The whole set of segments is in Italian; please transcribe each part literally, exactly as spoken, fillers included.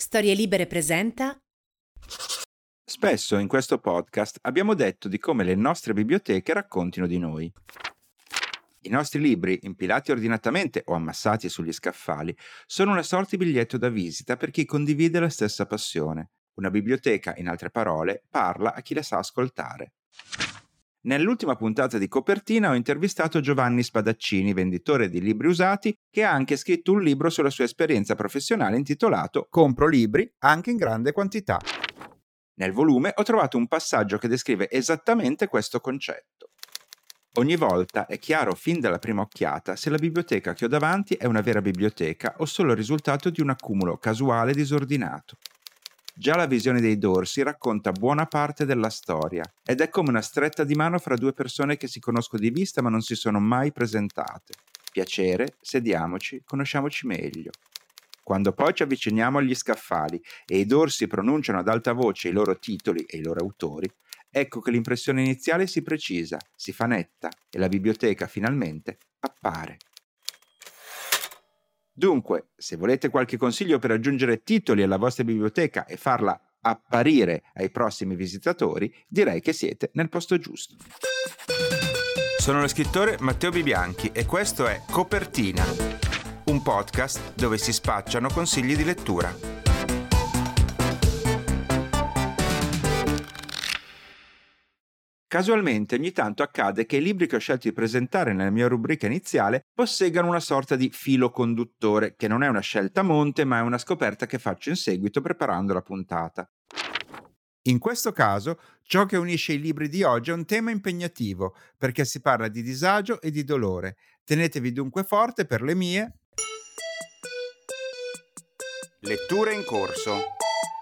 Storie Libere presenta. Spesso in questo podcast abbiamo detto di come le nostre biblioteche raccontino di noi. I nostri libri, impilati ordinatamente o ammassati sugli scaffali, sono una sorta di biglietto da visita per chi condivide la stessa passione. Una biblioteca, in altre parole, parla a chi la sa ascoltare. Nell'ultima puntata di Copertina ho intervistato Giovanni Spadaccini, venditore di libri usati, che ha anche scritto un libro sulla sua esperienza professionale intitolato Compro libri anche in grande quantità. Nel volume ho trovato un passaggio che descrive esattamente questo concetto. Ogni volta è chiaro fin dalla prima occhiata se la biblioteca che ho davanti è una vera biblioteca o solo il risultato di un accumulo casuale disordinato. Già la visione dei dorsi racconta buona parte della storia ed è come una stretta di mano fra due persone che si conoscono di vista ma non si sono mai presentate. Piacere, sediamoci, conosciamoci meglio. Quando poi ci avviciniamo agli scaffali e i dorsi pronunciano ad alta voce i loro titoli e i loro autori, ecco che l'impressione iniziale si precisa, si fa netta e la biblioteca finalmente appare. Dunque, se volete qualche consiglio per aggiungere titoli alla vostra biblioteca e farla apparire ai prossimi visitatori, direi che siete nel posto giusto. Sono lo scrittore Matteo Bibianchi e questo è Copertina, un podcast dove si spacciano consigli di lettura. Casualmente ogni tanto accade che i libri che ho scelto di presentare nella mia rubrica iniziale posseggano una sorta di filo conduttore, che non è una scelta a monte, ma è una scoperta che faccio in seguito preparando la puntata. In questo caso, ciò che unisce i libri di oggi è un tema impegnativo, perché si parla di disagio e di dolore. Tenetevi dunque forte per le mie letture in corso.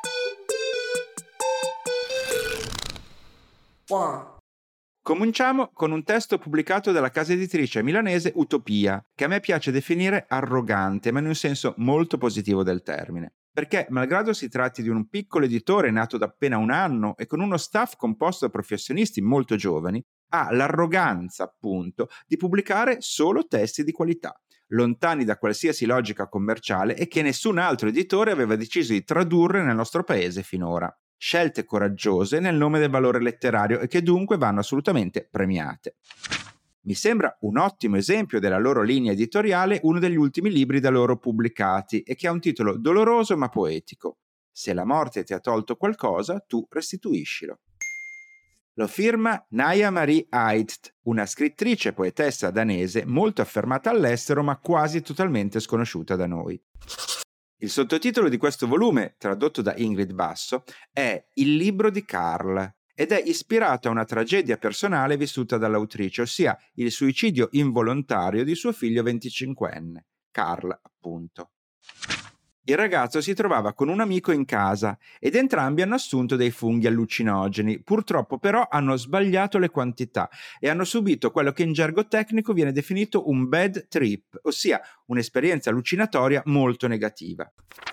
One. Cominciamo con un testo pubblicato dalla casa editrice milanese Utopia, che a me piace definire arrogante, ma in un senso molto positivo del termine. Perché, malgrado si tratti di un piccolo editore nato da appena un anno e con uno staff composto da professionisti molto giovani, ha l'arroganza, appunto, di pubblicare solo testi di qualità, lontani da qualsiasi logica commerciale e che nessun altro editore aveva deciso di tradurre nel nostro paese finora. Scelte coraggiose nel nome del valore letterario e che dunque vanno assolutamente premiate. Mi sembra un ottimo esempio della loro linea editoriale uno degli ultimi libri da loro pubblicati e che ha un titolo doloroso ma poetico. Se la morte ti ha tolto qualcosa, tu restituiscilo. Lo firma Naja Marie Aidt, una scrittrice e poetessa danese molto affermata all'estero ma quasi totalmente sconosciuta da noi. Il sottotitolo di questo volume, tradotto da Ingrid Basso, è Il libro di Carl ed è ispirato a una tragedia personale vissuta dall'autrice, ossia il suicidio involontario di suo figlio venticinquenne, Carl appunto. Il ragazzo si trovava con un amico in casa ed entrambi hanno assunto dei funghi allucinogeni, purtroppo però hanno sbagliato le quantità e hanno subito quello che in gergo tecnico viene definito un bad trip, ossia un'esperienza allucinatoria molto negativa.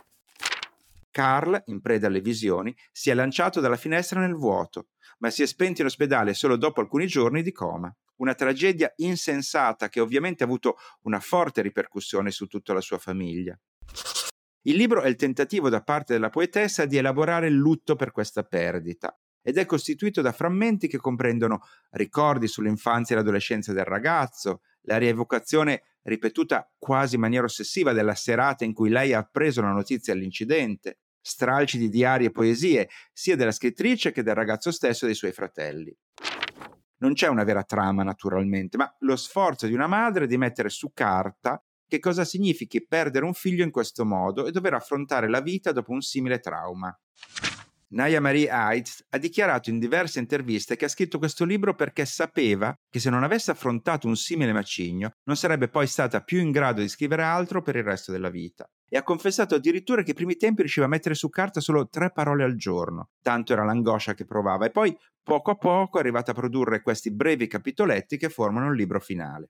Carl, in preda alle visioni, si è lanciato dalla finestra nel vuoto, ma si è spento in ospedale solo dopo alcuni giorni di coma. Una tragedia insensata che ovviamente ha avuto una forte ripercussione su tutta la sua famiglia. Il libro è il tentativo da parte della poetessa di elaborare il lutto per questa perdita ed è costituito da frammenti che comprendono ricordi sull'infanzia e l'adolescenza del ragazzo, la rievocazione ripetuta quasi in maniera ossessiva della serata in cui lei ha appreso la notizia dell'incidente, stralci di diari e poesie sia della scrittrice che del ragazzo stesso e dei suoi fratelli. Non c'è una vera trama naturalmente, ma lo sforzo di una madre di mettere su carta che cosa significhi perdere un figlio in questo modo e dover affrontare la vita dopo un simile trauma. Naja Marie Aidt ha dichiarato in diverse interviste che ha scritto questo libro perché sapeva che se non avesse affrontato un simile macigno non sarebbe poi stata più in grado di scrivere altro per il resto della vita. E ha confessato addirittura che ai primi tempi riusciva a mettere su carta solo tre parole al giorno, tanto era l'angoscia che provava, e poi poco a poco è arrivata a produrre questi brevi capitoletti che formano il libro finale.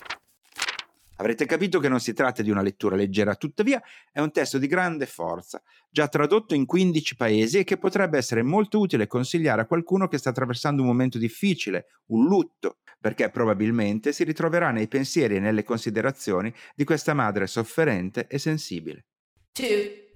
Avrete capito che non si tratta di una lettura leggera, tuttavia è un testo di grande forza, già tradotto in quindici paesi e che potrebbe essere molto utile consigliare a qualcuno che sta attraversando un momento difficile, un lutto, perché probabilmente si ritroverà nei pensieri e nelle considerazioni di questa madre sofferente e sensibile. Two.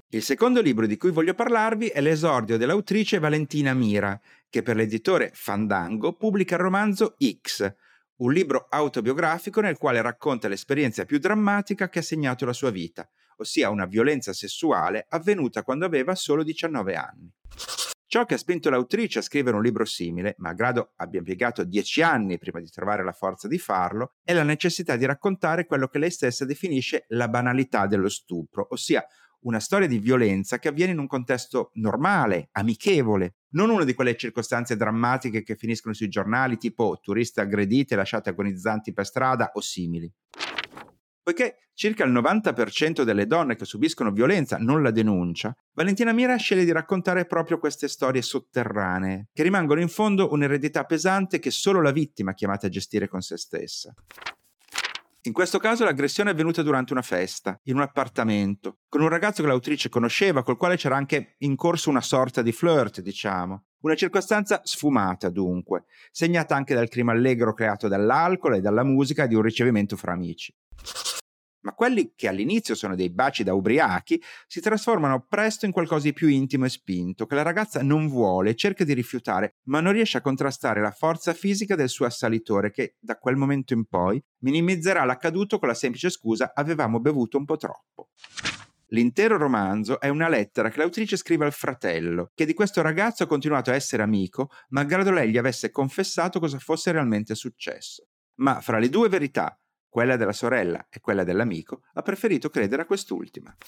Il secondo libro di cui voglio parlarvi è l'esordio dell'autrice Valentina Mira, che per l'editore Fandango pubblica il romanzo X, un libro autobiografico nel quale racconta l'esperienza più drammatica che ha segnato la sua vita, ossia una violenza sessuale avvenuta quando aveva solo diciannove anni. Ciò che ha spinto l'autrice a scrivere un libro simile, malgrado abbia impiegato dieci anni prima di trovare la forza di farlo, è la necessità di raccontare quello che lei stessa definisce la banalità dello stupro, ossia una storia di violenza che avviene in un contesto normale, amichevole, non una di quelle circostanze drammatiche che finiscono sui giornali tipo turiste aggredite e lasciate agonizzanti per strada o simili. Poiché circa il novanta per cento delle donne che subiscono violenza non la denuncia, Valentina Mira sceglie di raccontare proprio queste storie sotterranee, che rimangono in fondo un'eredità pesante che solo la vittima è chiamata a gestire con se stessa. In questo caso l'aggressione è avvenuta durante una festa, in un appartamento, con un ragazzo che l'autrice conosceva, col quale c'era anche in corso una sorta di flirt, diciamo. Una circostanza sfumata, dunque, segnata anche dal clima allegro creato dall'alcol e dalla musica e di un ricevimento fra amici. Ma quelli che all'inizio sono dei baci da ubriachi si trasformano presto in qualcosa di più intimo e spinto, che la ragazza non vuole e cerca di rifiutare, ma non riesce a contrastare la forza fisica del suo assalitore che, da quel momento in poi, minimizzerà l'accaduto con la semplice scusa «avevamo bevuto un po' troppo». L'intero romanzo è una lettera che l'autrice scrive al fratello, che di questo ragazzo ha continuato a essere amico, malgrado lei gli avesse confessato cosa fosse realmente successo. Ma fra le due verità, quella della sorella e quella dell'amico, ha preferito credere a quest'ultima.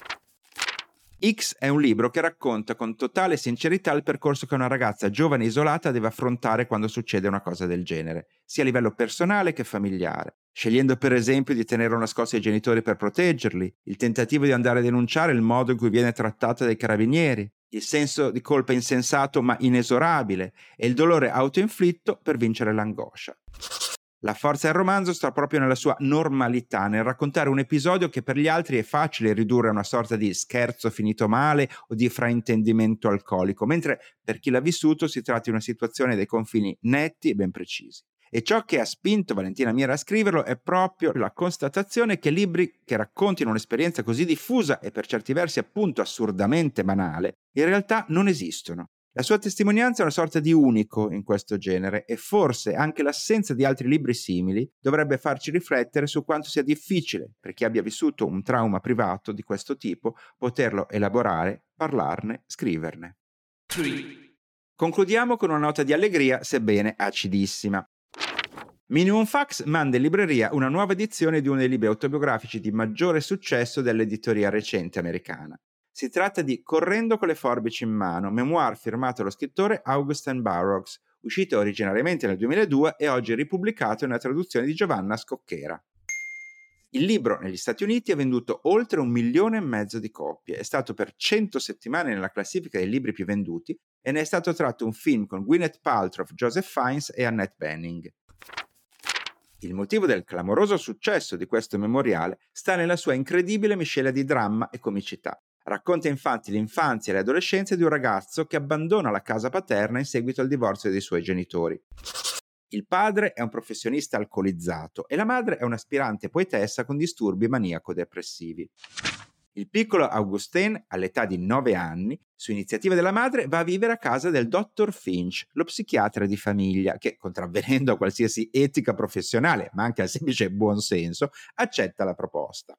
X è un libro che racconta con totale sincerità il percorso che una ragazza giovane e isolata deve affrontare quando succede una cosa del genere, sia a livello personale che familiare, scegliendo per esempio di tenere nascosti ai genitori per proteggerli, il tentativo di andare a denunciare il modo in cui viene trattata dai carabinieri, il senso di colpa insensato ma inesorabile e il dolore autoinflitto per vincere l'angoscia. La forza del romanzo sta proprio nella sua normalità, nel raccontare un episodio che per gli altri è facile ridurre a una sorta di scherzo finito male o di fraintendimento alcolico, mentre per chi l'ha vissuto si tratta di una situazione dai confini netti e ben precisi. E ciò che ha spinto Valentina Mira a scriverlo è proprio la constatazione che libri che raccontino un'esperienza così diffusa e per certi versi appunto assurdamente banale, in realtà non esistono. La sua testimonianza è una sorta di unico in questo genere e forse anche l'assenza di altri libri simili dovrebbe farci riflettere su quanto sia difficile per chi abbia vissuto un trauma privato di questo tipo poterlo elaborare, parlarne, scriverne. tre. Concludiamo con una nota di allegria, sebbene acidissima. Minimum Fax manda in libreria una nuova edizione di uno dei libri autobiografici di maggiore successo dell'editoria recente americana. Si tratta di Correndo con le forbici in mano, memoir firmato dallo scrittore Augusten Burroughs, uscito originariamente nel duemiladue e oggi ripubblicato nella traduzione di Giovanna Scocchera. Il libro negli Stati Uniti ha venduto oltre un milione e mezzo di copie, è stato per cento settimane nella classifica dei libri più venduti e ne è stato tratto un film con Gwyneth Paltrow, Joseph Fiennes e Annette Bening. Il motivo del clamoroso successo di questo memoriale sta nella sua incredibile miscela di dramma e comicità. Racconta infatti l'infanzia e l'adolescenza di un ragazzo che abbandona la casa paterna in seguito al divorzio dei suoi genitori. Il padre è un professionista alcolizzato e la madre è un'aspirante poetessa con disturbi maniaco-depressivi. Il piccolo Augustin, all'età di nove anni, su iniziativa della madre, va a vivere a casa del dottor Finch, lo psichiatra di famiglia, che, contravvenendo a qualsiasi etica professionale, ma anche al semplice buonsenso, accetta la proposta.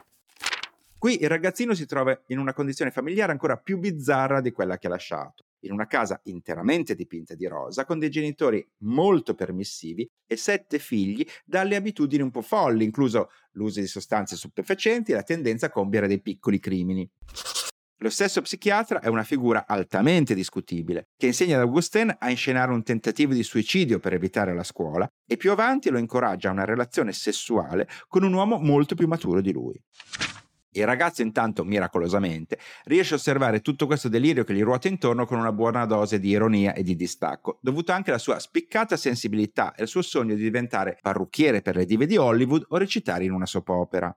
Qui il ragazzino si trova in una condizione familiare ancora più bizzarra di quella che ha lasciato, in una casa interamente dipinta di rosa, con dei genitori molto permissivi e sette figli dalle abitudini un po' folli, incluso l'uso di sostanze stupefacenti e la tendenza a compiere dei piccoli crimini. Lo stesso psichiatra è una figura altamente discutibile, che insegna ad Augustin a inscenare un tentativo di suicidio per evitare la scuola e più avanti lo incoraggia a una relazione sessuale con un uomo molto più maturo di lui. Il ragazzo intanto, miracolosamente, riesce a osservare tutto questo delirio che gli ruota intorno con una buona dose di ironia e di distacco, dovuto anche alla sua spiccata sensibilità e al suo sogno di diventare parrucchiere per le dive di Hollywood o recitare in una soap opera.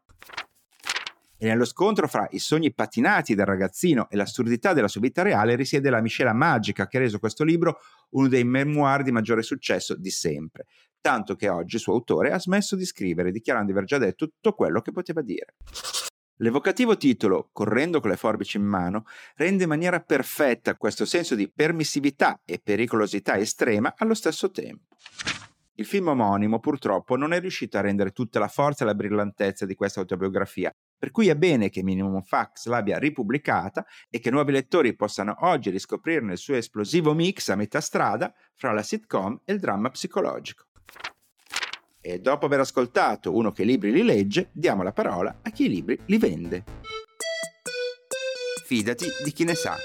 E nello scontro fra i sogni patinati del ragazzino e l'assurdità della sua vita reale risiede la miscela magica che ha reso questo libro uno dei memoir di maggiore successo di sempre, tanto che oggi il suo autore ha smesso di scrivere, dichiarando di aver già detto tutto quello che poteva dire. L'evocativo titolo "Correndo con le forbici in mano" rende in maniera perfetta questo senso di permissività e pericolosità estrema allo stesso tempo. Il film omonimo purtroppo non è riuscito a rendere tutta la forza e la brillantezza di questa autobiografia, per cui è bene che Minimum Fax l'abbia ripubblicata e che nuovi lettori possano oggi riscoprirne il suo esplosivo mix a metà strada fra la sitcom e il dramma psicologico. E dopo aver ascoltato uno che i libri li legge, diamo la parola a chi i libri li vende. Fidati di chi ne sa.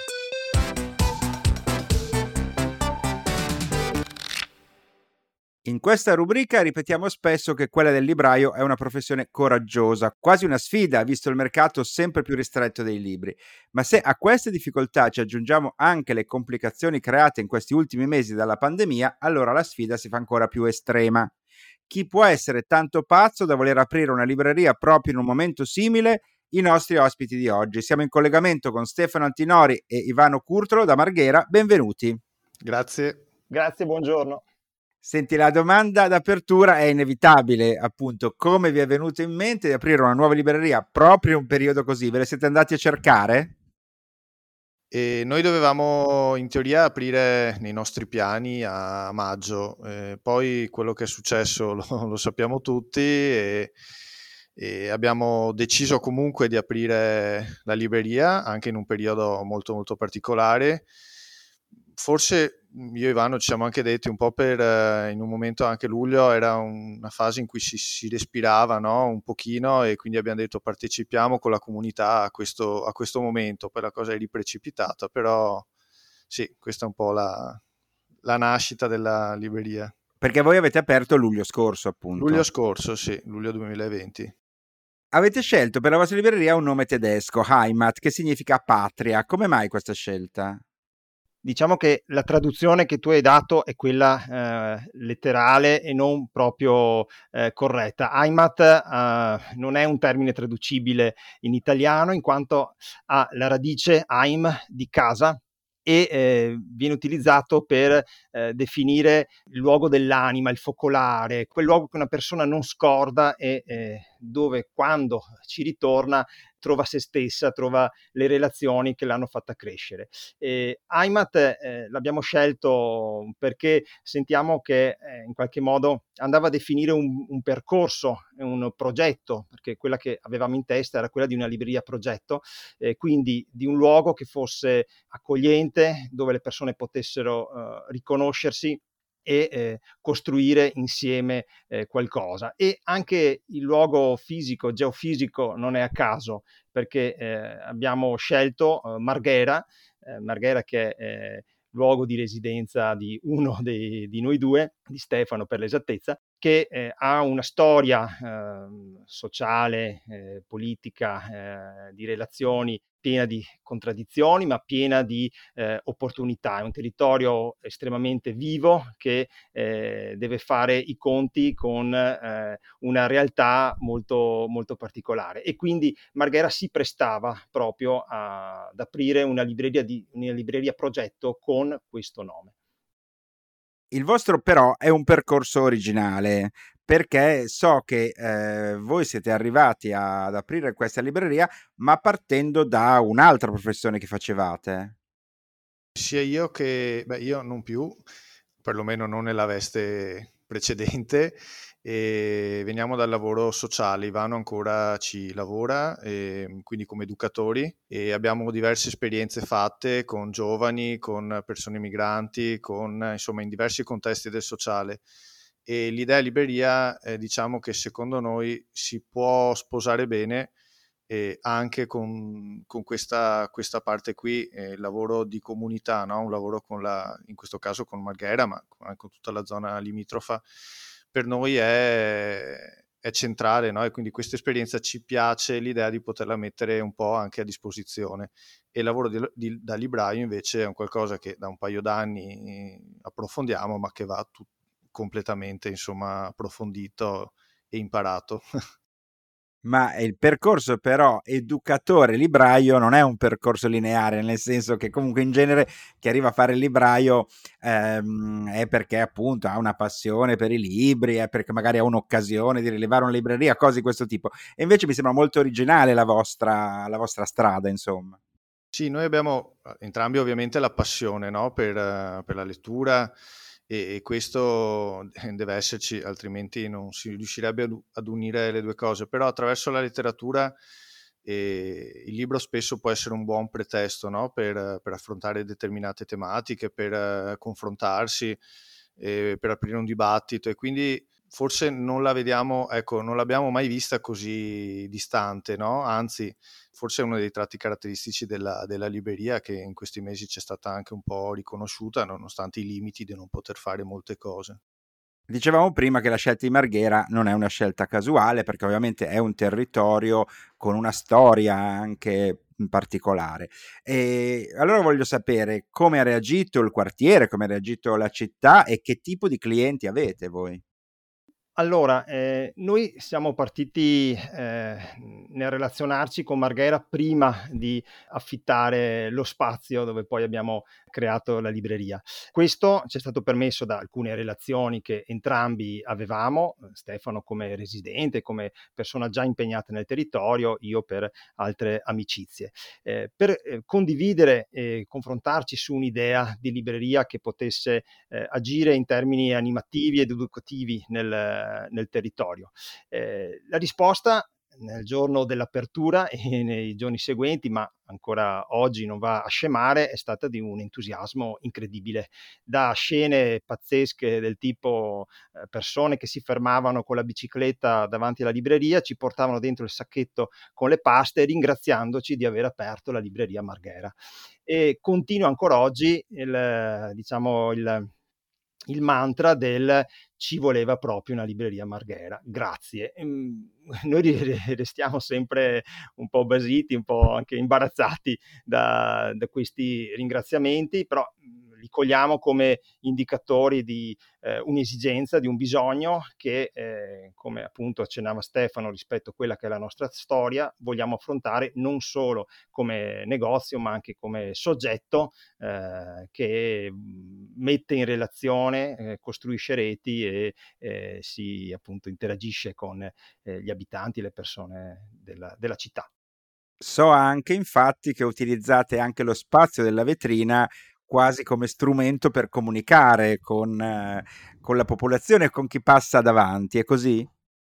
In questa rubrica ripetiamo spesso che quella del libraio è una professione coraggiosa, quasi una sfida, visto il mercato sempre più ristretto dei libri. Ma se a queste difficoltà ci aggiungiamo anche le complicazioni create in questi ultimi mesi dalla pandemia, allora la sfida si fa ancora più estrema. Chi può essere tanto pazzo da voler aprire una libreria proprio in un momento simile? I nostri ospiti di oggi. Siamo in collegamento con Stefano Antinori e Ivano Curtolo da Marghera. Benvenuti. Grazie. Grazie, buongiorno. Senti, la domanda d'apertura è inevitabile, appunto, come vi è venuto in mente di aprire una nuova libreria proprio in un periodo così? Ve le siete andati a cercare? E noi dovevamo in teoria aprire nei nostri piani a maggio, eh, poi quello che è successo lo, lo sappiamo tutti e, e abbiamo deciso comunque di aprire la libreria anche in un periodo molto molto particolare. Forse io e Ivano ci siamo anche detti un po' per, eh, in un momento anche luglio era una fase in cui si, si respirava, no? Un pochino, e quindi abbiamo detto partecipiamo con la comunità a questo, a questo momento, poi la cosa è riprecipitata, però sì, questa è un po' la, la nascita della libreria. Perché voi avete aperto luglio scorso, appunto. Luglio scorso, sì, luglio duemilaventi. Avete scelto per la vostra libreria un nome tedesco, Heimat, che significa patria. Come mai questa scelta? Diciamo che la traduzione che tu hai dato è quella eh, letterale e non proprio eh, corretta. Heimat eh, non è un termine traducibile in italiano in quanto ha la radice Heim di casa e eh, viene utilizzato per eh, definire il luogo dell'anima, il focolare, quel luogo che una persona non scorda e eh, dove quando ci ritorna trova se stessa, trova le relazioni che l'hanno fatta crescere. Eh, Heimat eh, l'abbiamo scelto perché sentiamo che eh, in qualche modo andava a definire un, un percorso, un progetto, perché quella che avevamo in testa era quella di una libreria progetto, eh, quindi di un luogo che fosse accogliente, dove le persone potessero eh, riconoscersi e eh, costruire insieme eh, qualcosa. E anche il luogo fisico, geofisico, non è a caso, perché eh, abbiamo scelto eh, Marghera, eh, Marghera che è eh, luogo di residenza di uno dei, di noi due, di Stefano per l'esattezza, che eh, ha una storia eh, sociale, eh, politica, eh, di relazioni piena di contraddizioni, ma piena di eh, opportunità. È un territorio estremamente vivo che eh, deve fare i conti con eh, una realtà molto, molto particolare. E quindi Marghera si prestava proprio a, ad aprire una libreria, di, una libreria progetto con questo nome. Il vostro però è un percorso originale, perché so che eh, voi siete arrivati a, ad aprire questa libreria, ma partendo da un'altra professione che facevate. Sia io che, beh, io non più, perlomeno non nella veste precedente, e veniamo dal lavoro sociale. Ivano ancora ci lavora, e quindi come educatori, e abbiamo diverse esperienze fatte con giovani, con persone migranti, con insomma in diversi contesti del sociale. E l'idea libreria, eh, diciamo che secondo noi si può sposare bene e anche con, con questa, questa parte qui, eh, il lavoro di comunità, no? Un lavoro con la, in questo caso con Marghera, ma anche con tutta la zona limitrofa, per noi è, è centrale, no? E quindi questa esperienza ci piace, l'idea di poterla mettere un po' anche a disposizione. E il lavoro di, di, da libraio invece è un qualcosa che da un paio d'anni approfondiamo, ma che va tu, completamente insomma approfondito e imparato. Ma il percorso però educatore-libraio non è un percorso lineare, nel senso che comunque in genere chi arriva a fare il libraio ehm, è perché appunto ha una passione per i libri, è perché magari ha un'occasione di rilevare una libreria, cose di questo tipo. E invece mi sembra molto originale la vostra, la vostra strada, insomma. Sì, noi abbiamo entrambi ovviamente la passione, no? per, eh, per la lettura e, e questo deve esserci, altrimenti non si riuscirebbe ad, ad unire le due cose, però attraverso la letteratura eh, il libro spesso può essere un buon pretesto, no? per, per affrontare determinate tematiche, per eh, confrontarsi, eh, per aprire un dibattito e quindi forse non la vediamo, ecco, non l'abbiamo mai vista così distante, no? Anzi, forse è uno dei tratti caratteristici della, della libreria che in questi mesi c'è stata anche un po' riconosciuta, nonostante i limiti di non poter fare molte cose. Dicevamo prima che la scelta di Marghera non è una scelta casuale, perché ovviamente è un territorio con una storia anche particolare. E allora voglio sapere come ha reagito il quartiere, come ha reagito la città e che tipo di clienti avete voi. Allora, eh, noi siamo partiti eh, nel relazionarci con Marghera prima di affittare lo spazio dove poi abbiamo creato la libreria. Questo ci è stato permesso da alcune relazioni che entrambi avevamo, Stefano come residente, come persona già impegnata nel territorio, io per altre amicizie, eh, per eh, condividere e confrontarci su un'idea di libreria che potesse eh, agire in termini animativi ed educativi nel nel territorio. Eh, la risposta nel giorno dell'apertura e nei giorni seguenti, ma ancora oggi non va a scemare, è stata di un entusiasmo incredibile, da scene pazzesche del tipo eh, persone che si fermavano con la bicicletta davanti alla libreria, ci portavano dentro il sacchetto con le paste ringraziandoci di aver aperto la libreria Marghera. E continua ancora oggi il, diciamo, il il mantra del ci voleva proprio una libreria Marghera, grazie. Ehm, noi restiamo sempre un po' basiti, un po' anche imbarazzati da, da questi ringraziamenti, però li cogliamo come indicatori di eh, un'esigenza, di un bisogno che, eh, come appunto accennava Stefano rispetto a quella che è la nostra storia, vogliamo affrontare non solo come negozio, ma anche come soggetto eh, che mette in relazione, eh, costruisce reti e eh, si appunto interagisce con eh, gli abitanti, le persone della, della città. So anche infatti che utilizzate anche lo spazio della vetrina quasi come strumento per comunicare con, eh, con la popolazione e con chi passa davanti, è così?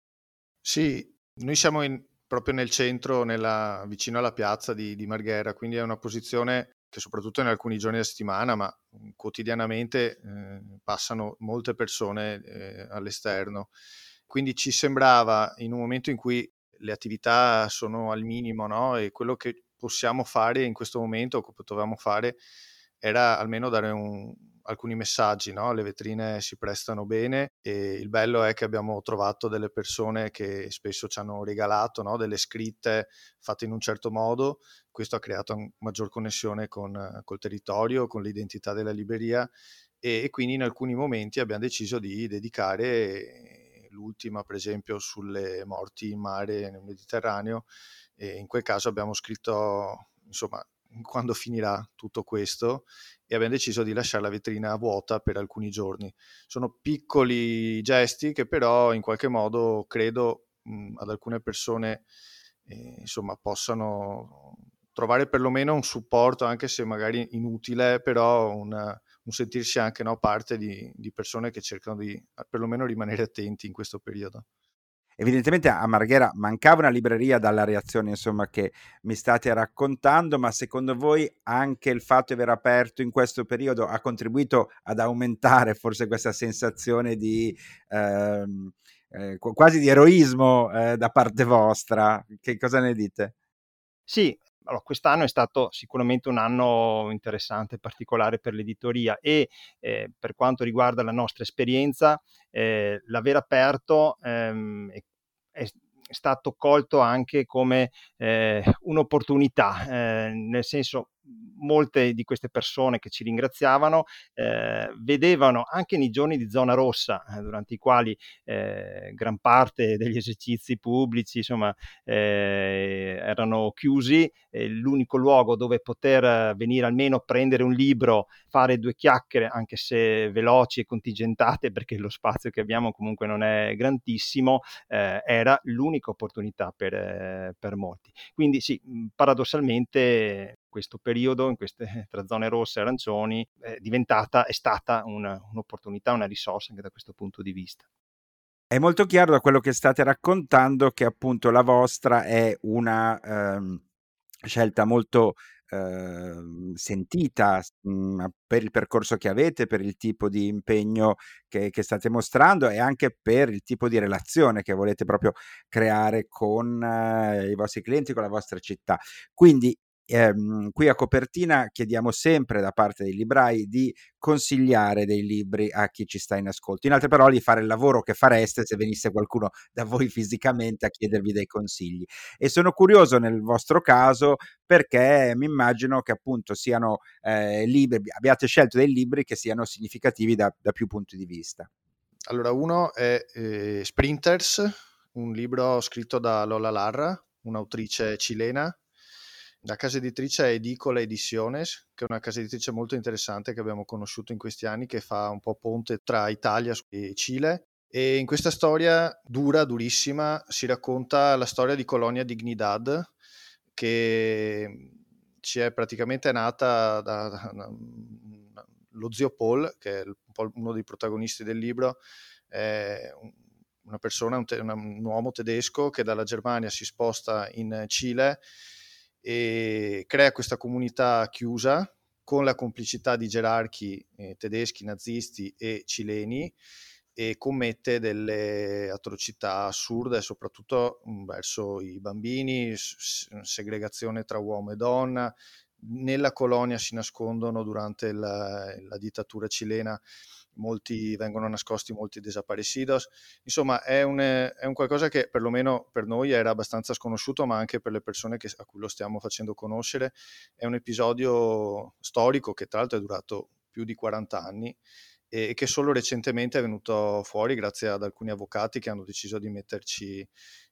Sì, noi siamo in, proprio nel centro, nella, vicino alla piazza di, di Marghera, quindi è una posizione che soprattutto in alcuni giorni della settimana, ma quotidianamente eh, passano molte persone eh, all'esterno. Quindi ci sembrava, in un momento in cui le attività sono al minimo, no? E quello che possiamo fare in questo momento, o che potevamo fare, era almeno dare un, alcuni messaggi, no? Le vetrine si prestano bene e il bello è che abbiamo trovato delle persone che spesso ci hanno regalato, no? Delle scritte fatte in un certo modo. Questo ha creato una maggior connessione con col territorio, con l'identità della libreria e, e quindi in alcuni momenti abbiamo deciso di dedicare l'ultima, per esempio, sulle morti in mare nel Mediterraneo, e in quel caso abbiamo scritto, insomma, quando finirà tutto questo, e abbiamo deciso di lasciare la vetrina vuota per alcuni giorni. Sono piccoli gesti che però in qualche modo credo mh, ad alcune persone eh, insomma possano trovare perlomeno un supporto, anche se magari inutile, però una, un sentirsi anche, no, parte di, di persone che cercano di perlomeno rimanere attenti in questo periodo. Evidentemente a Marghera mancava una libreria dalla reazione insomma che mi state raccontando, ma secondo voi anche il fatto di aver aperto in questo periodo ha contribuito ad aumentare forse questa sensazione di ehm, eh, quasi di eroismo eh, da parte vostra? Che cosa ne dite? Sì, allora, quest'anno è stato sicuramente un anno interessante, particolare per l'editoria e eh, per quanto riguarda la nostra esperienza, eh, l'aver aperto ehm, è, è stato colto anche come eh, un'opportunità, eh, nel senso molte di queste persone che ci ringraziavano eh, vedevano anche nei giorni di zona rossa, eh, durante i quali eh, gran parte degli esercizi pubblici insomma eh, erano chiusi, eh, l'unico luogo dove poter venire almeno prendere un libro, fare due chiacchiere anche se veloci e contingentate, perché lo spazio che abbiamo comunque non è grandissimo, eh, era l'unica opportunità per, eh, per molti. Quindi sì, paradossalmente questo periodo, in queste tra zone rosse e arancioni, è diventata, è stata una, un'opportunità, una risorsa anche da questo punto di vista. È molto chiaro da quello che state raccontando che appunto la vostra è una ehm, scelta molto ehm, sentita mh, per il percorso che avete, per il tipo di impegno che, che state mostrando e anche per il tipo di relazione che volete proprio creare con eh, i vostri clienti, con la vostra città. Quindi ehm, qui a Copertina chiediamo sempre da parte dei librai di consigliare dei libri a chi ci sta in ascolto. In altre parole, di fare il lavoro che fareste se venisse qualcuno da voi fisicamente a chiedervi dei consigli. E sono curioso nel vostro caso perché mi immagino che appunto siano eh, libri, abbiate scelto dei libri che siano significativi da, da più punti di vista. Allora, uno è eh, Sprinters, un libro scritto da Lola Larra, un'autrice cilena. La casa editrice è Edicola Ediciones, che è una casa editrice molto interessante che abbiamo conosciuto in questi anni, che fa un po' ponte tra Italia e Cile. E in questa storia dura, durissima, si racconta la storia di Colonia Dignidad, che ci è praticamente nata da, da, da lo zio Paul, che è un po' uno dei protagonisti del libro, è una persona, un, te- un uomo tedesco che dalla Germania si sposta in Cile e crea questa comunità chiusa con la complicità di gerarchi eh, tedeschi, nazisti e cileni, e commette delle atrocità assurde, soprattutto verso i bambini, segregazione tra uomo e donna. Nella colonia si nascondono durante la, la dittatura cilena, molti vengono nascosti, molti desaparecidos. Insomma, è un, è un qualcosa che perlomeno per noi era abbastanza sconosciuto, ma anche per le persone che, a cui lo stiamo facendo conoscere. È un episodio storico che tra l'altro è durato più di quaranta anni e che solo recentemente è venuto fuori grazie ad alcuni avvocati che hanno deciso di metterci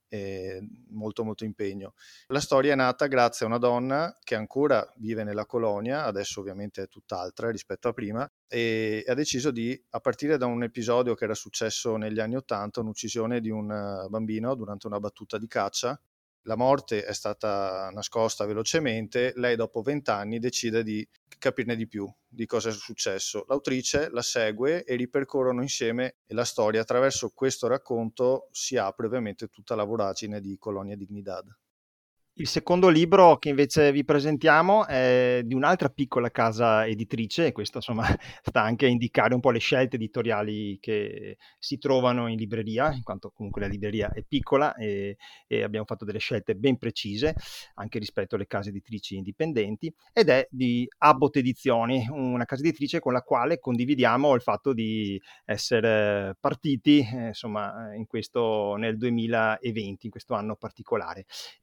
eh, molto molto impegno. La storia è nata grazie a una donna che ancora vive nella colonia, adesso ovviamente è tutt'altra rispetto a prima, e ha deciso di, a partire da un episodio che era successo negli anni Ottanta, un'uccisione di un bambino durante una battuta di caccia. La morte è stata nascosta velocemente, lei dopo vent'anni decide di capirne di più di cosa è successo. L'autrice la segue e ripercorrono insieme la storia. Attraverso questo racconto si apre ovviamente tutta la voragine di Colonia Dignidad. Il secondo libro che invece vi presentiamo è di un'altra piccola casa editrice, e questo insomma sta anche a indicare un po' le scelte editoriali che si trovano in libreria, in quanto comunque la libreria è piccola e, e abbiamo fatto delle scelte ben precise anche rispetto alle case editrici indipendenti, ed è di Abbott Edizioni, una casa editrice con la quale condividiamo il fatto di essere partiti eh, insomma in questo nel duemilaventi, in questo anno particolare.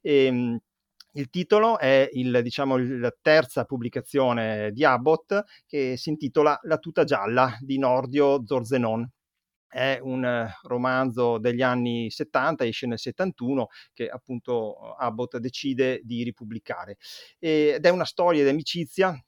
E, il titolo è il, diciamo, la terza pubblicazione di Abbott, che si intitola La tuta gialla di Nordio Zorzenon. È un romanzo degli anni settanta, esce nel settantuno, che appunto Abbott decide di ripubblicare. Ed è una storia di amicizia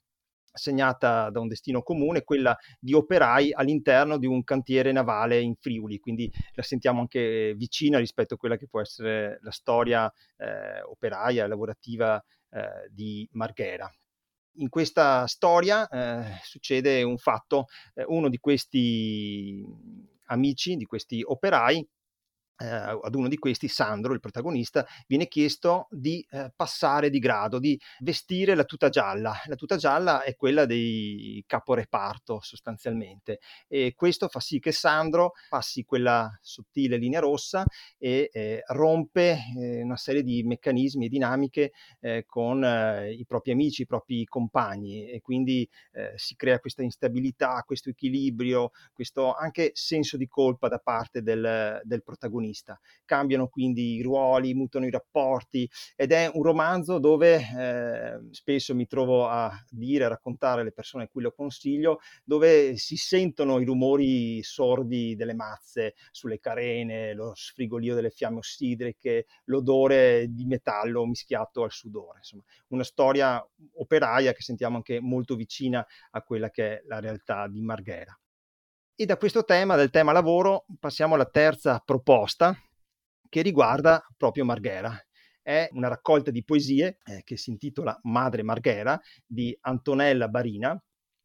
segnata da un destino comune, quella di operai all'interno di un cantiere navale in Friuli, quindi la sentiamo anche vicina rispetto a quella che può essere la storia eh, operaia, lavorativa eh, di Marghera. In questa storia eh, succede un fatto, eh, uno di questi amici, di questi operai, Eh, ad uno di questi, Sandro, il protagonista, viene chiesto di eh, passare di grado, di vestire la tuta gialla. La tuta gialla è quella dei caporeparto sostanzialmente, e questo fa sì che Sandro passi quella sottile linea rossa e eh, rompe eh, una serie di meccanismi e dinamiche eh, con eh, i propri amici, i propri compagni, e quindi eh, si crea questa instabilità, questo equilibrio, questo anche senso di colpa da parte del, del protagonista. protagonista. Cambiano quindi i ruoli, mutano i rapporti, ed è un romanzo dove eh, spesso mi trovo a dire, a raccontare alle persone a cui lo consiglio, dove si sentono i rumori sordi delle mazze sulle carene, lo sfrigolio delle fiamme ossidriche, l'odore di metallo mischiato al sudore. Insomma, una storia operaia che sentiamo anche molto vicina a quella che è la realtà di Marghera. E da questo tema, del tema lavoro, passiamo alla terza proposta, che riguarda proprio Marghera. È una raccolta di poesie eh, che si intitola Madre Marghera, di Antonella Barina,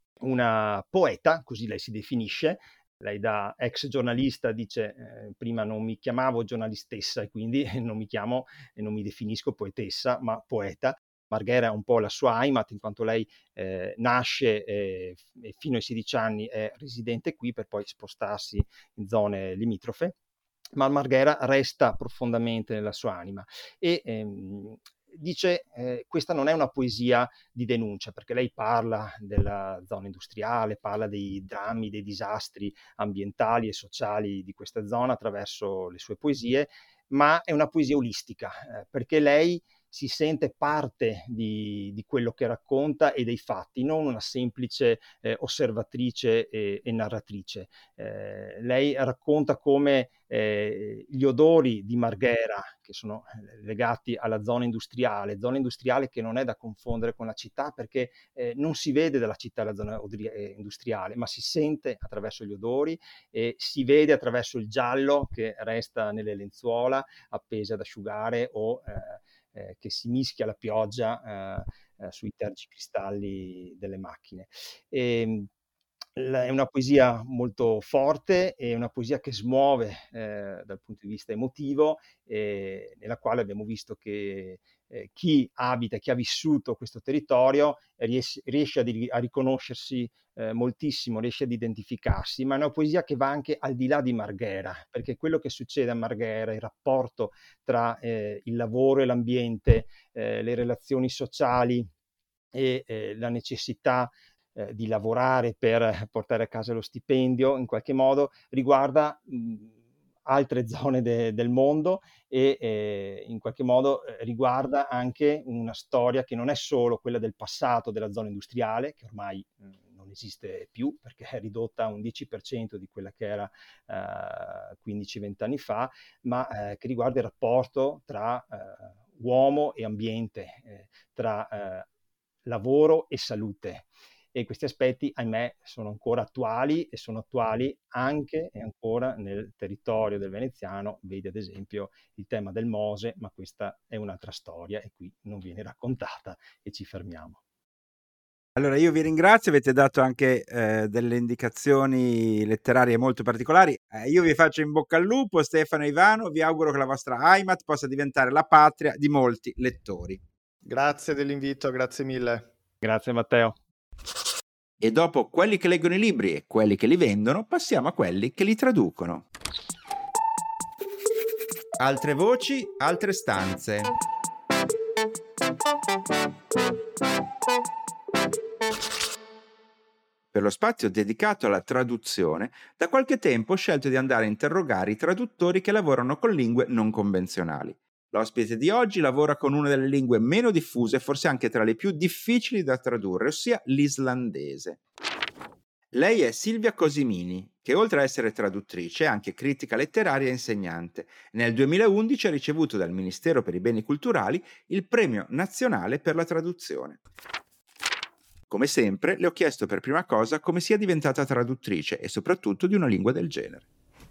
una poeta, così lei si definisce. Lei da ex giornalista dice eh, prima non mi chiamavo giornalistessa e quindi non mi chiamo e non mi definisco poetessa, ma poeta. Marghera è un po' la sua heimat, in quanto lei eh, nasce eh, e fino ai sedici anni è residente qui per poi spostarsi in zone limitrofe, ma Marghera resta profondamente nella sua anima e ehm, dice eh, questa non è una poesia di denuncia, perché lei parla della zona industriale, parla dei drammi, dei disastri ambientali e sociali di questa zona attraverso le sue poesie, ma è una poesia olistica, eh, perché lei si sente parte di, di quello che racconta e dei fatti, non una semplice eh, osservatrice e, e narratrice. Eh, lei racconta come eh, gli odori di Marghera, che sono legati alla zona industriale, zona industriale che non è da confondere con la città, perché eh, non si vede dalla città la zona industriale, ma si sente attraverso gli odori e si vede attraverso il giallo che resta nelle lenzuola appese ad asciugare o eh, Eh, che si mischia alla pioggia eh, eh, sui tergicristalli delle macchine. E, è una poesia molto forte, è una poesia che smuove eh, dal punto di vista emotivo, eh, nella quale abbiamo visto che eh, chi abita, chi ha vissuto questo territorio riesce, riesce a, di, a riconoscersi eh, moltissimo, riesce ad identificarsi, ma è una poesia che va anche al di là di Marghera, perché quello che succede a Marghera, il rapporto tra eh, il lavoro e l'ambiente, eh, le relazioni sociali e eh, la necessità Eh, di lavorare per portare a casa lo stipendio, in qualche modo riguarda mh, altre zone de- del mondo e eh, in qualche modo eh, riguarda anche una storia che non è solo quella del passato della zona industriale, che ormai mh, non esiste più perché è ridotta a un dieci per cento di quella che era eh, quindici venti anni fa, ma eh, che riguarda il rapporto tra eh, uomo e ambiente, eh, tra eh, lavoro e salute. E questi aspetti, ahimè, sono ancora attuali e sono attuali anche e ancora nel territorio del veneziano. Vedi ad esempio il tema del Mose, ma questa è un'altra storia e qui non viene raccontata e ci fermiamo. Allora io vi ringrazio, avete dato anche eh, delle indicazioni letterarie molto particolari. Eh, io vi faccio in bocca al lupo, Stefano e Ivano, vi auguro che la vostra heimat possa diventare la patria di molti lettori. Grazie dell'invito, grazie mille. Grazie Matteo. E dopo quelli che leggono i libri e quelli che li vendono, passiamo a quelli che li traducono. Altre voci, altre stanze. Per lo spazio dedicato alla traduzione, da qualche tempo ho scelto di andare a interrogare i traduttori che lavorano con lingue non convenzionali. L'ospite di oggi lavora con una delle lingue meno diffuse, forse anche tra le più difficili da tradurre, ossia l'islandese. Lei è Silvia Cosimini, che oltre a essere traduttrice è anche critica letteraria e insegnante. Nel duemilaundici ha ricevuto dal Ministero per i Beni Culturali il Premio Nazionale per la Traduzione. Come sempre, le ho chiesto per prima cosa come sia diventata traduttrice e soprattutto di una lingua del genere.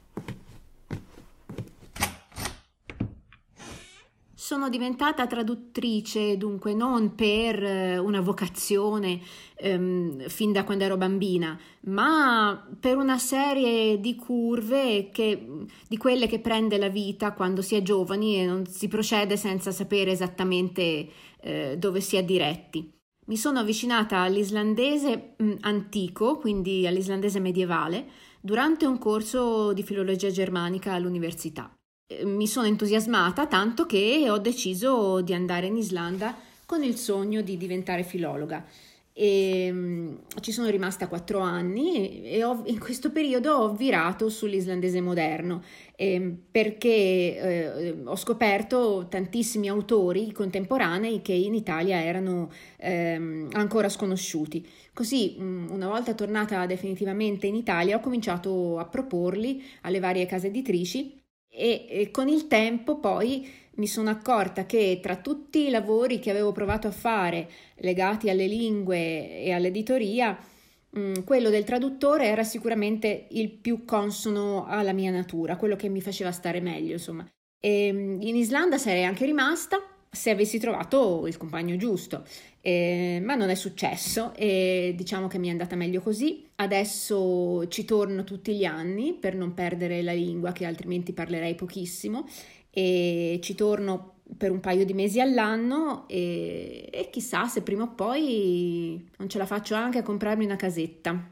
Sono diventata traduttrice, dunque, non per una vocazione ehm, fin da quando ero bambina, ma per una serie di curve che, di quelle che prende la vita quando si è giovani e non si procede senza sapere esattamente eh, dove si è diretti. Mi sono avvicinata all'islandese mh, antico, quindi all'islandese medievale, durante un corso di filologia germanica all'università. Mi sono entusiasmata tanto che ho deciso di andare in Islanda con il sogno di diventare filologa e um, ci sono rimasta quattro anni e ho, in questo periodo ho virato sull'islandese moderno eh, perché eh, ho scoperto tantissimi autori contemporanei che in Italia erano eh, ancora sconosciuti. Così um, una volta tornata definitivamente in Italia ho cominciato a proporli alle varie case editrici e, e con il tempo poi mi sono accorta che tra tutti i lavori che avevo provato a fare legati alle lingue e all'editoria, mh, quello del traduttore era sicuramente il più consono alla mia natura, quello che mi faceva stare meglio, insomma. E, in Islanda sarei anche rimasta se avessi trovato il compagno giusto, eh, ma non è successo e diciamo che mi è andata meglio così. Adesso ci torno tutti gli anni per non perdere la lingua, che altrimenti parlerei pochissimo, e ci torno per un paio di mesi all'anno e, e chissà se prima o poi non ce la faccio anche a comprarmi una casetta.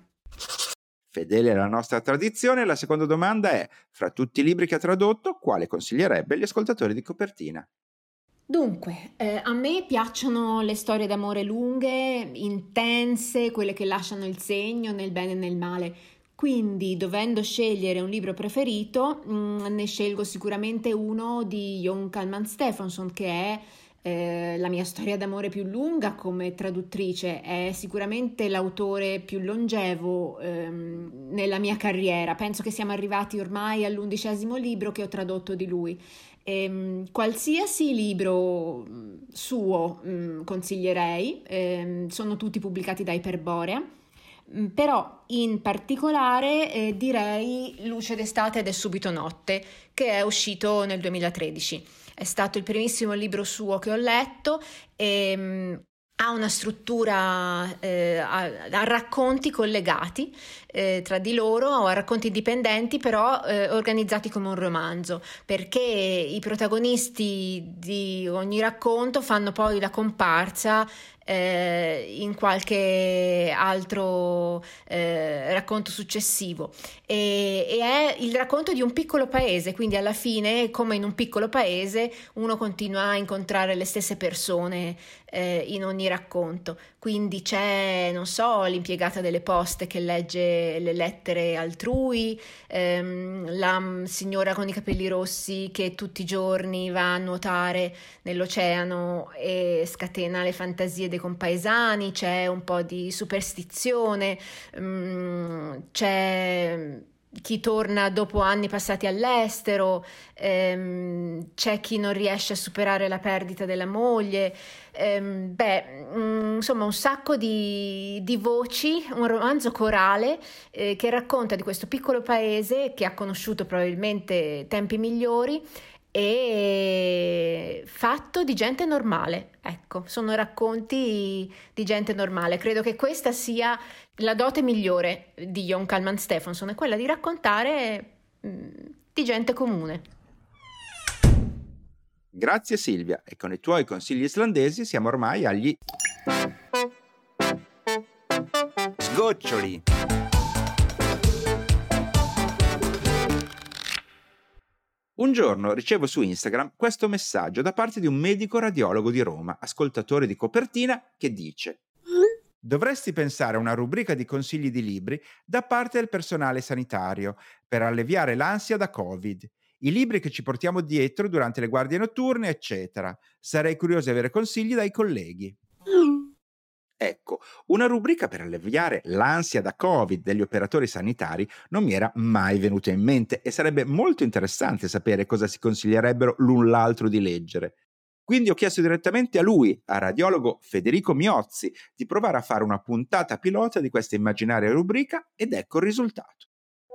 Fedele alla nostra tradizione, la seconda domanda è: fra tutti i libri che ha tradotto, quale consiglierebbe agli ascoltatori di Copertina? Dunque, eh, a me piacciono le storie d'amore lunghe, intense, quelle che lasciano il segno nel bene e nel male. Quindi, dovendo scegliere un libro preferito, mh, ne scelgo sicuramente uno di Jón Kalman Stefánsson, che è eh, la mia storia d'amore più lunga come traduttrice. È sicuramente l'autore più longevo ehm, nella mia carriera. Penso che siamo arrivati ormai all'undicesimo libro che ho tradotto di lui. E, qualsiasi libro suo mh, consiglierei, ehm, sono tutti pubblicati da Iperborea. Però in particolare eh, direi Luce d'estate ed è subito notte, che è uscito nel duemilatredici. È stato il primissimo libro suo che ho letto e mh, ha una struttura eh, a, a racconti collegati eh, tra di loro, a racconti indipendenti però eh, organizzati come un romanzo, perché i protagonisti di ogni racconto fanno poi la comparsa eh, in qualche altro eh, racconto successivo e, e è il racconto di un piccolo paese, quindi alla fine come in un piccolo paese uno continua a incontrare le stesse persone eh, in ogni racconto, quindi c'è, non so, l'impiegata delle poste che legge le lettere altrui, ehm, la signora con i capelli rossi che tutti i giorni va a nuotare nell'oceano e scatena le fantasie dei compaesani, c'è un po' di superstizione, um, c'è chi torna dopo anni passati all'estero, ehm, c'è chi non riesce a superare la perdita della moglie, ehm, beh, um, insomma un sacco di, di voci, un romanzo corale eh, che racconta di questo piccolo paese che ha conosciuto probabilmente tempi migliori e fatto di gente normale. Ecco, sono racconti di gente normale. Credo che questa sia la dote migliore di Jón Kalman Stefánsson, è quella di raccontare mh, di gente comune. Grazie Silvia, e con i tuoi consigli islandesi siamo ormai agli sgoccioli. Un giorno ricevo su Instagram questo messaggio da parte di un medico radiologo di Roma, ascoltatore di Copertina, che dice: dovresti pensare a una rubrica di consigli di libri da parte del personale sanitario per alleviare l'ansia da Covid, i libri che ci portiamo dietro durante le guardie notturne, eccetera. Sarei curioso di avere consigli dai colleghi. Ecco, una rubrica per alleviare l'ansia da Covid degli operatori sanitari non mi era mai venuta in mente e sarebbe molto interessante sapere cosa si consiglierebbero l'un l'altro di leggere. Quindi ho chiesto direttamente a lui, a radiologo Federico Miozzi, di provare a fare una puntata pilota di questa immaginaria rubrica ed ecco il risultato.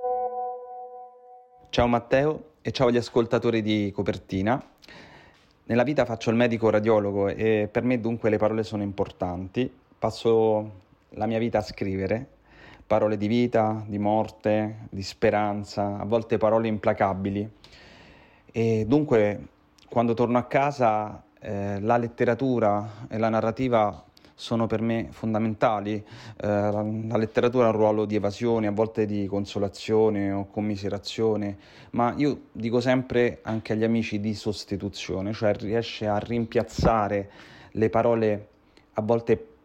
Ciao Matteo e ciao agli ascoltatori di Copertina. Nella vita faccio il medico radiologo e per me dunque le parole sono importanti. Passo la mia vita a scrivere parole di vita, di morte, di speranza, a volte parole implacabili. E dunque, quando torno a casa, eh, la letteratura e la narrativa sono per me fondamentali. Eh, la, la letteratura ha un ruolo di evasione, a volte di consolazione o commiserazione, ma io dico sempre anche agli amici di sostituzione, cioè riesce a rimpiazzare le parole a volte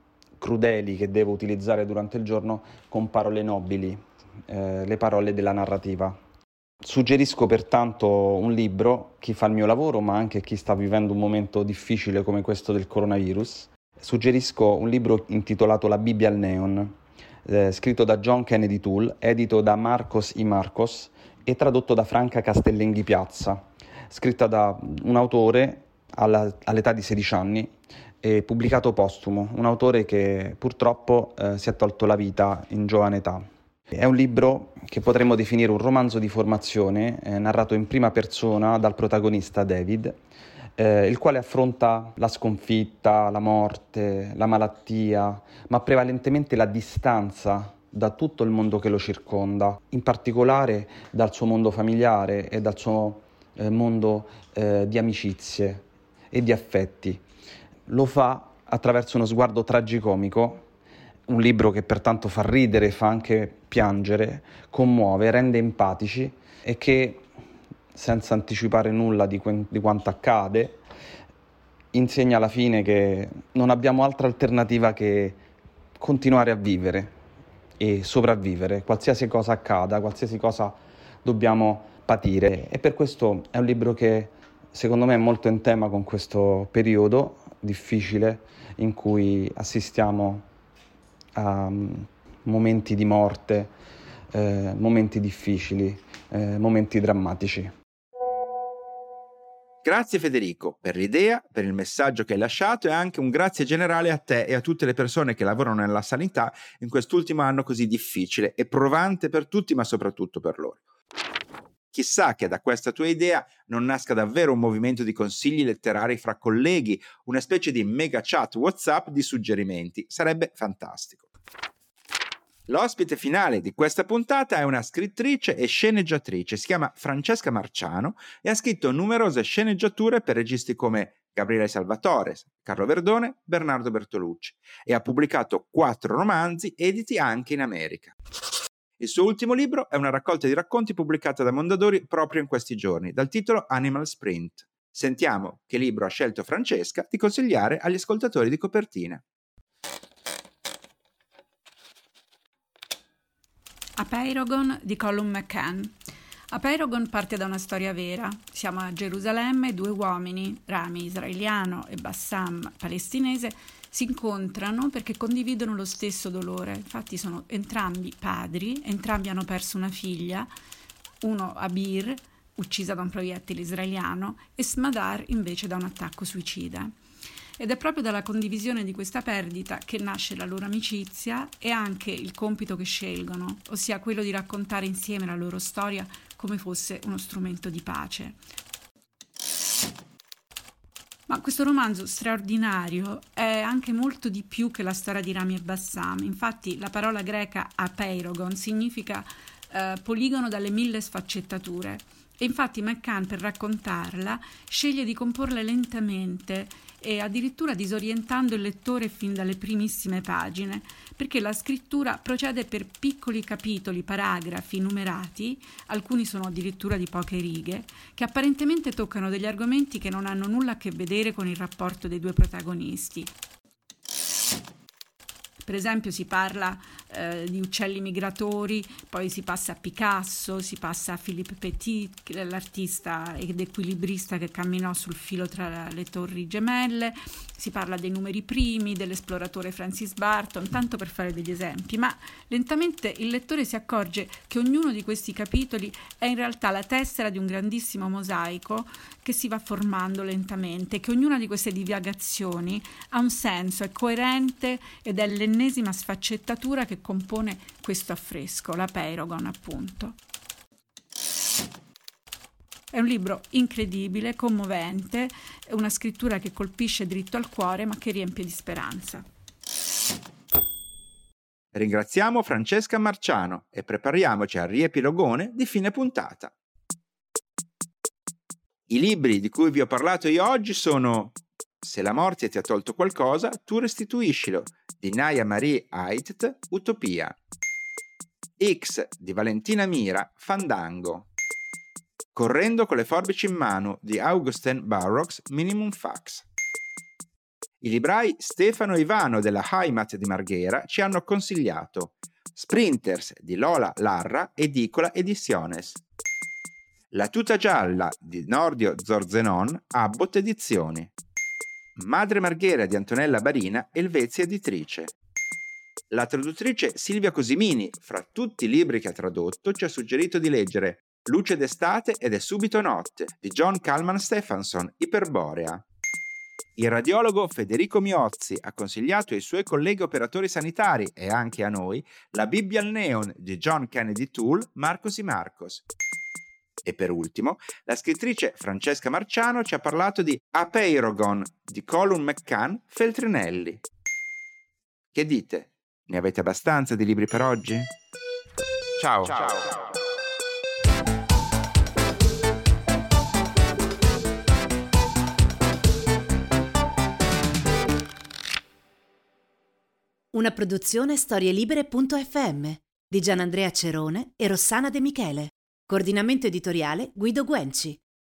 crudeli che devo utilizzare durante il giorno con parole nobili, eh, le parole della narrativa. Suggerisco pertanto un libro, chi fa il mio lavoro, ma anche chi sta vivendo un momento difficile come questo del coronavirus. Suggerisco un libro intitolato La Bibbia al Neon, eh, scritto da John Kennedy Toole, edito da Marcos y Marcos e tradotto da Franca Castellenghi Piazza, scritta da un autore alla, all'età di sedici anni e pubblicato postumo, un autore che purtroppo eh, si è tolto la vita in giovane età. È un libro che potremmo definire un romanzo di formazione, eh, narrato in prima persona dal protagonista David, eh, il quale affronta la sconfitta, la morte, la malattia, ma prevalentemente la distanza da tutto il mondo che lo circonda, in particolare dal suo mondo familiare e dal suo eh, mondo eh, di amicizie e di affetti. Lo fa attraverso uno sguardo tragicomico. Un libro che pertanto fa ridere, fa anche piangere, commuove, rende empatici e che, senza anticipare nulla di, que- di quanto accade, insegna alla fine che non abbiamo altra alternativa che continuare a vivere e sopravvivere, qualsiasi cosa accada, qualsiasi cosa dobbiamo patire. E per questo è un libro che secondo me è molto in tema con questo periodo difficile in cui assistiamo a momenti di morte, eh, momenti difficili, eh, momenti drammatici. Grazie Federico per l'idea, per il messaggio che hai lasciato e anche un grazie generale a te e a tutte le persone che lavorano nella sanità in quest'ultimo anno così difficile e provante per tutti, ma soprattutto per loro. Chissà che da questa tua idea non nasca davvero un movimento di consigli letterari fra colleghi, una specie di mega chat WhatsApp di suggerimenti. Sarebbe fantastico. L'ospite finale di questa puntata è una scrittrice e sceneggiatrice, si chiama Francesca Marciano e ha scritto numerose sceneggiature per registi come Gabriele Salvatore, Carlo Verdone, Bernardo Bertolucci e ha pubblicato quattro romanzi editi anche in America. Il suo ultimo libro è una raccolta di racconti pubblicata da Mondadori proprio in questi giorni, dal titolo Animal Sprint. Sentiamo che libro ha scelto Francesca di consigliare agli ascoltatori di Copertina. Apeirogon di Colum McCann. Apeirogon parte da una storia vera. Siamo a Gerusalemme e due uomini, Rami israeliano e Bassam palestinese, si incontrano perché condividono lo stesso dolore. Infatti sono entrambi padri, entrambi hanno perso una figlia, uno Abir, uccisa da un proiettile israeliano, e Smadar invece da un attacco suicida. Ed è proprio dalla condivisione di questa perdita che nasce la loro amicizia e anche il compito che scelgono, ossia quello di raccontare insieme la loro storia come fosse uno strumento di pace. Ma questo romanzo straordinario è anche molto di più che la storia di Rami e Bassam. Infatti la parola greca apeirogon significa eh, poligono dalle mille sfaccettature. E infatti McCann, per raccontarla, sceglie di comporla lentamente e addirittura disorientando il lettore fin dalle primissime pagine, perché la scrittura procede per piccoli capitoli, paragrafi numerati, alcuni sono addirittura di poche righe, che apparentemente toccano degli argomenti che non hanno nulla a che vedere con il rapporto dei due protagonisti. Per esempio si parla eh, di uccelli migratori, poi si passa a Picasso, si passa a Philippe Petit, l'artista ed equilibrista che camminò sul filo tra le torri gemelle, si parla dei numeri primi, dell'esploratore Francis Barton, tanto per fare degli esempi, ma lentamente il lettore si accorge che ognuno di questi capitoli è in realtà la tessera di un grandissimo mosaico che si va formando lentamente, che ognuna di queste divagazioni ha un senso, è coerente ed è l'ennesima sfaccettatura che compone questo affresco, l'Apeirogon appunto. È un libro incredibile, commovente, è una scrittura che colpisce dritto al cuore ma che riempie di speranza. Ringraziamo Francesca Marciano e prepariamoci al riepilogone di fine puntata. I libri di cui vi ho parlato io oggi sono Se la morte ti ha tolto qualcosa, tu restituiscilo, di Naya Marie Aidt, Utopia. X di Valentina Mira, Fandango. Correndo con le forbici in mano di Augustin Burroughs, Minimum Fax. I librai Stefano e Ivano della Heimat di Marghera ci hanno consigliato Sprinters di Lola Larra, Edicola Ediciones. La tuta gialla di Nordio Zorzenon, Abbot Edizioni. Madre Marghera di Antonella Barina, Elvezia Editrice. La traduttrice Silvia Cosimini, fra tutti i libri che ha tradotto, ci ha suggerito di leggere Luce d'estate ed è subito notte di John Kalman Stephenson, Iperborea. Il radiologo Federico Miozzi ha consigliato ai suoi colleghi operatori sanitari e anche a noi la Bibbia al Neon di John Kennedy Toole, Marcos y Marcos. E per ultimo, la scrittrice Francesca Marciano ci ha parlato di Apeirogon di Colum McCann, Feltrinelli. Che dite? Ne avete abbastanza di libri per oggi? Ciao! Ciao. Una produzione storielibere punto effe emme di Gianandrea Cerone e Rossana De Michele. Coordinamento editoriale Guido Guenci.